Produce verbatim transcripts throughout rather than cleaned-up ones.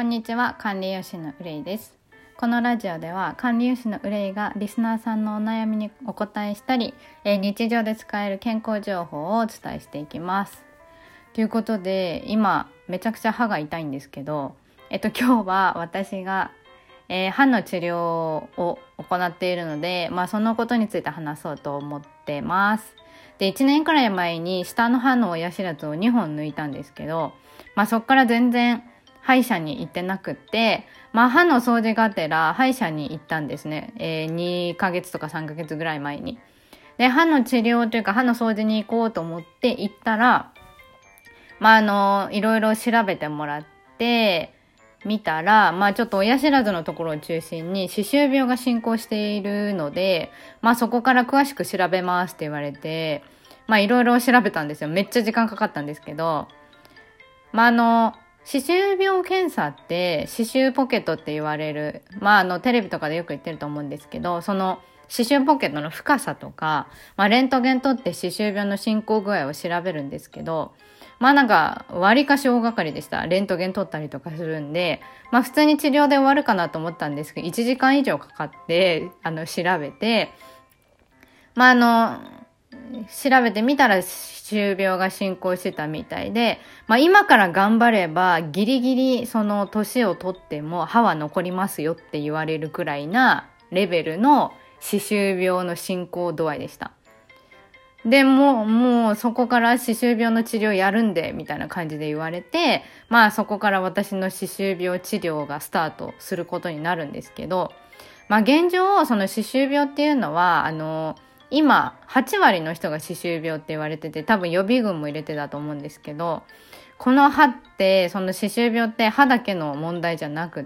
こんにちは、管理栄養士のうれいです。このラジオでは管理栄養士のうれいがリスナーさんのお悩みにお答えしたり、えー、日常で使える健康情報をお伝えしていきます。ということで、今めちゃくちゃ歯が痛いんですけど、えっと今日は私が、えー、歯の治療を行っているので、まあそのことについて話そうと思ってます。で、いちねんくらい前に下の歯の親知らずをにほん抜いたんですけど、まあそっから全然歯医者に行ってなくって、まあ歯の掃除がてら歯医者に行ったんですね。えー、にかげつとかさんかげつぐらい前に。で、歯の治療というか歯の掃除に行こうと思って行ったら、まああの、いろいろ調べてもらって、見たら、まあちょっと親知らずのところを中心に歯周病が進行しているので、まあそこから詳しく調べますって言われて、まあいろいろ調べたんですよ。めっちゃ時間かかったんですけど、まああの、歯周病検査って歯周ポケットって言われる、まああのテレビとかでよく言ってると思うんですけど、その歯周ポケットの深さとか、まあレントゲン取って歯周病の進行具合を調べるんですけど、まあなんか割かし大掛かりでした。レントゲン取ったりとかするんで、まあ普通に治療で終わるかなと思ったんですけど、いちじかん以上かかってあの調べて、まああの調べてみたら歯周病が進行してたみたいで、まあ今から頑張ればギリギリその年を取っても歯は残りますよって言われるくらいなレベルの歯周病の進行度合いでした。でもう、もうそこから歯周病の治療やるんでみたいな感じで言われて、まあそこから私の歯周病治療がスタートすることになるんですけど、まあ現状その歯周病っていうのはあの今はちわりの人が歯周病って言われてて、多分予備軍も入れてたと思うんですけど、この歯ってその歯周病って歯だけの問題じゃなくって、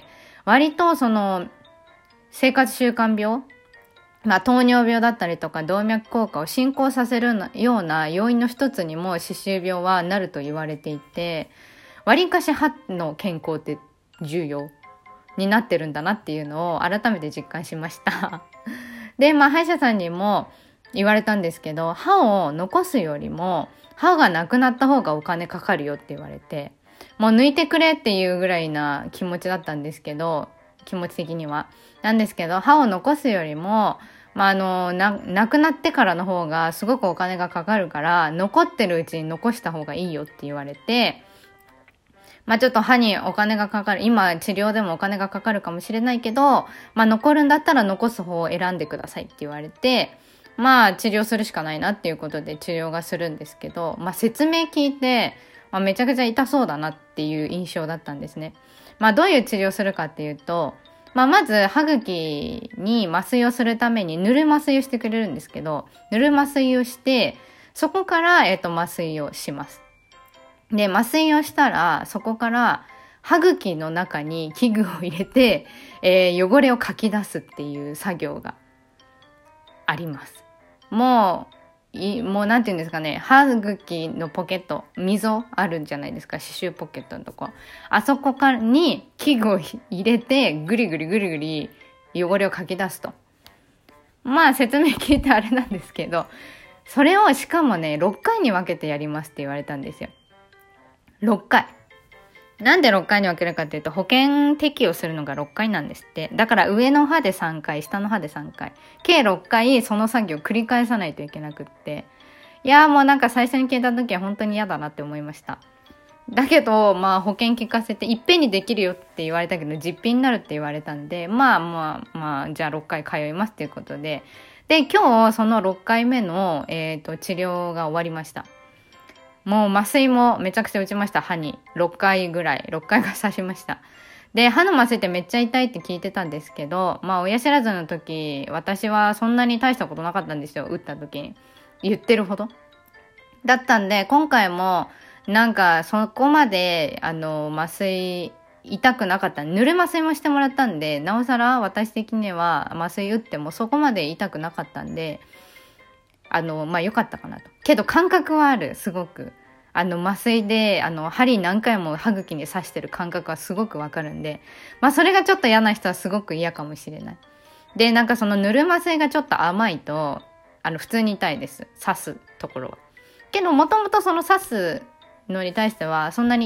割とその生活習慣病、まあ糖尿病だったりとか動脈硬化を進行させるような要因の一つにも歯周病はなると言われていて、割かし歯の健康って重要になってるんだなっていうのを改めて実感しましたで、まあ歯医者さんにも言われたんですけど、歯を残すよりも歯がなくなった方がお金かかるよって言われて、もう抜いてくれっていうぐらいな気持ちだったんですけど、気持ち的にはなんですけど、歯を残すよりもまああのな亡くなってからの方がすごくお金がかかるから、残ってるうちに残した方がいいよって言われて、まあちょっと歯にお金がかかる、今治療でもお金がかかるかもしれないけど、まあ残るんだったら残す方を選んでくださいって言われて、まあ治療するしかないなっていうことで治療がするんですけど、まあ説明聞いて、まあ、めちゃくちゃ痛そうだなっていう印象だったんですね。まあどういう治療するかっていうと、まあまず歯茎に麻酔をするためにぬる麻酔をしてくれるんですけど、ぬる麻酔をして、そこからえっと麻酔をします。で、麻酔をしたら、そこから歯茎の中に器具を入れて、えー、汚れをかき出すっていう作業があります。もう、いもうなんて言うんですかね、歯茎のポケット、溝あるんじゃないですか、歯周ポケットのとこ。あそこからに器具を入れて、ぐりぐりぐりぐり汚れをかき出すと。まあ説明聞いてあれなんですけど、それをしかもね、ろっかいに分けてやりますって言われたんですよ。ろっかい。なんでろっかいに分けるかっていうと、保険適用するのがろっかいなんですって。だから上の歯でさんかい、下の歯でさんかい。計ろっかいその作業を繰り返さないといけなくって。いやーもうなんか最初に聞いた時は本当に嫌だなって思いました。だけど、まあ保険聞かせていっぺんにできるよって言われたけど、実費になるって言われたんで、まあまあまあ、じゃあろっかい通いますっていうことで。で、今日そのろっかいめの、えっと、治療が終わりました。もう麻酔もめちゃくちゃ打ちました。歯にろっかいぐらいろっかいが刺しました。で、歯の麻酔ってめっちゃ痛いって聞いてたんですけど、まあ親知らずの時私はそんなに大したことなかったんですよ。打った時に言ってるほどだったんで、今回もなんかそこまであの麻酔痛くなかった。ぬる麻酔もしてもらったんで、なおさら私的には麻酔打ってもそこまで痛くなかったんで、あの、まあ、良かったかなと。けど感覚はある、すごく。あの、麻酔で、あの、針何回も歯茎に刺してる感覚はすごくわかるんで、まあ、それがちょっと嫌な人はすごく嫌かもしれない。で、なんかそのぬる麻酔がちょっと甘いと、あの、普通に痛いです。刺すところは。けど、もともとその刺すのに対しては、そんなに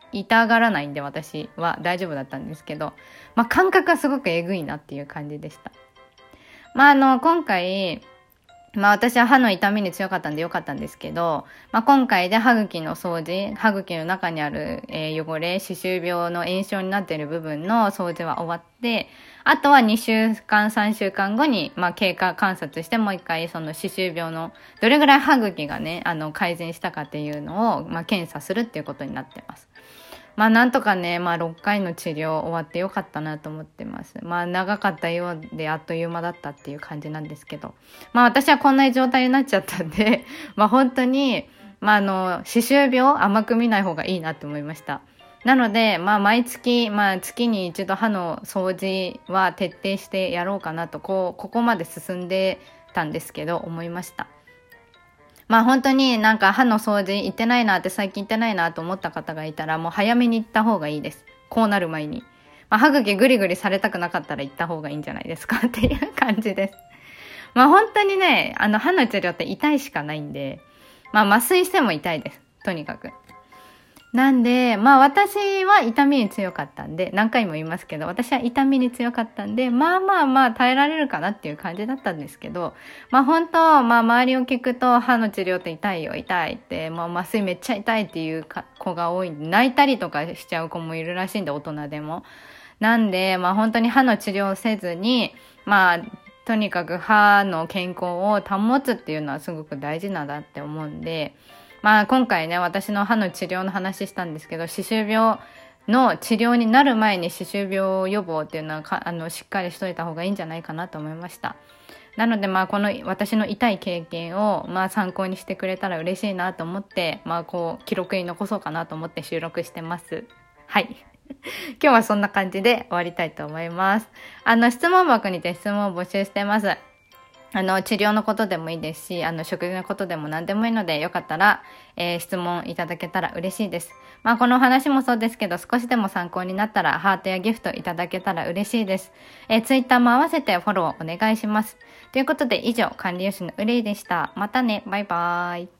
痛がらないんで私は大丈夫だったんですけど、まあ感覚はすごくえぐいなっていう感じでした。まああの今回まあ私は歯の痛みに強かったんでよかったんですけど、まあ今回で歯茎の掃除、歯茎の中にある、えー、汚れ、歯周病の炎症になっている部分の掃除は終わって、あとはにしゅうかん、さんしゅうかんごに、まあ経過観察してもう一回その歯周病のどれぐらい歯茎がね、あの改善したかっていうのを、まあ検査するっていうことになってます。まあなんとかね、まあろっかいの治療終わってよかったなと思ってます。まあ長かったようであっという間だったっていう感じなんですけど。まあ私はこんな状態になっちゃったんで、まあ本当に、まああの、歯周病甘く見ない方がいいなと思いました。なので、まあ毎月、まあ月に一度歯の掃除は徹底してやろうかなと、こう、ここまで進んでたんですけど、思いました。まあ本当になんか歯の掃除行ってないなって最近行ってないなと思った方がいたらもう早めに行った方がいいです。こうなる前に。まあ歯茎グリグリされたくなかったら行った方がいいんじゃないですかっていう感じです。まあ本当にね、あの歯の治療って痛いしかないんで、まあ麻酔しても痛いです。とにかく。なんで、まあ私は痛みに強かったんで、何回も言いますけど、私は痛みに強かったんで、まあまあまあ耐えられるかなっていう感じだったんですけど、まあ本当、まあ周りを聞くと歯の治療って痛いよ、痛いって、もう麻酔めっちゃ痛いっていう子が多いんで、泣いたりとかしちゃう子もいるらしいんで、大人でも。なんで、まあ本当に歯の治療をせずに、まあ、とにかく歯の健康を保つっていうのはすごく大事なんだって思うんで、まあ今回ね、私の歯の治療の話したんですけど、歯周病の治療になる前に歯周病予防っていうのはかあのしっかりしといた方がいいんじゃないかなと思いました。なのでまあこの私の痛い経験をまあ参考にしてくれたら嬉しいなと思って、まあこう記録に残そうかなと思って収録してます。はい。今日はそんな感じで終わりたいと思います。あの質問箱にて質問を募集してます。あの、治療のことでもいいですし、あの、食事のことでも何でもいいので、よかったら、えー、質問いただけたら嬉しいです。まあ、この話もそうですけど、少しでも参考になったら、ハートやギフトいただけたら嬉しいです。えー、ツイッターも合わせてフォローお願いします。ということで、以上、管理栄養士のうれいでした。またね、バイバーイ。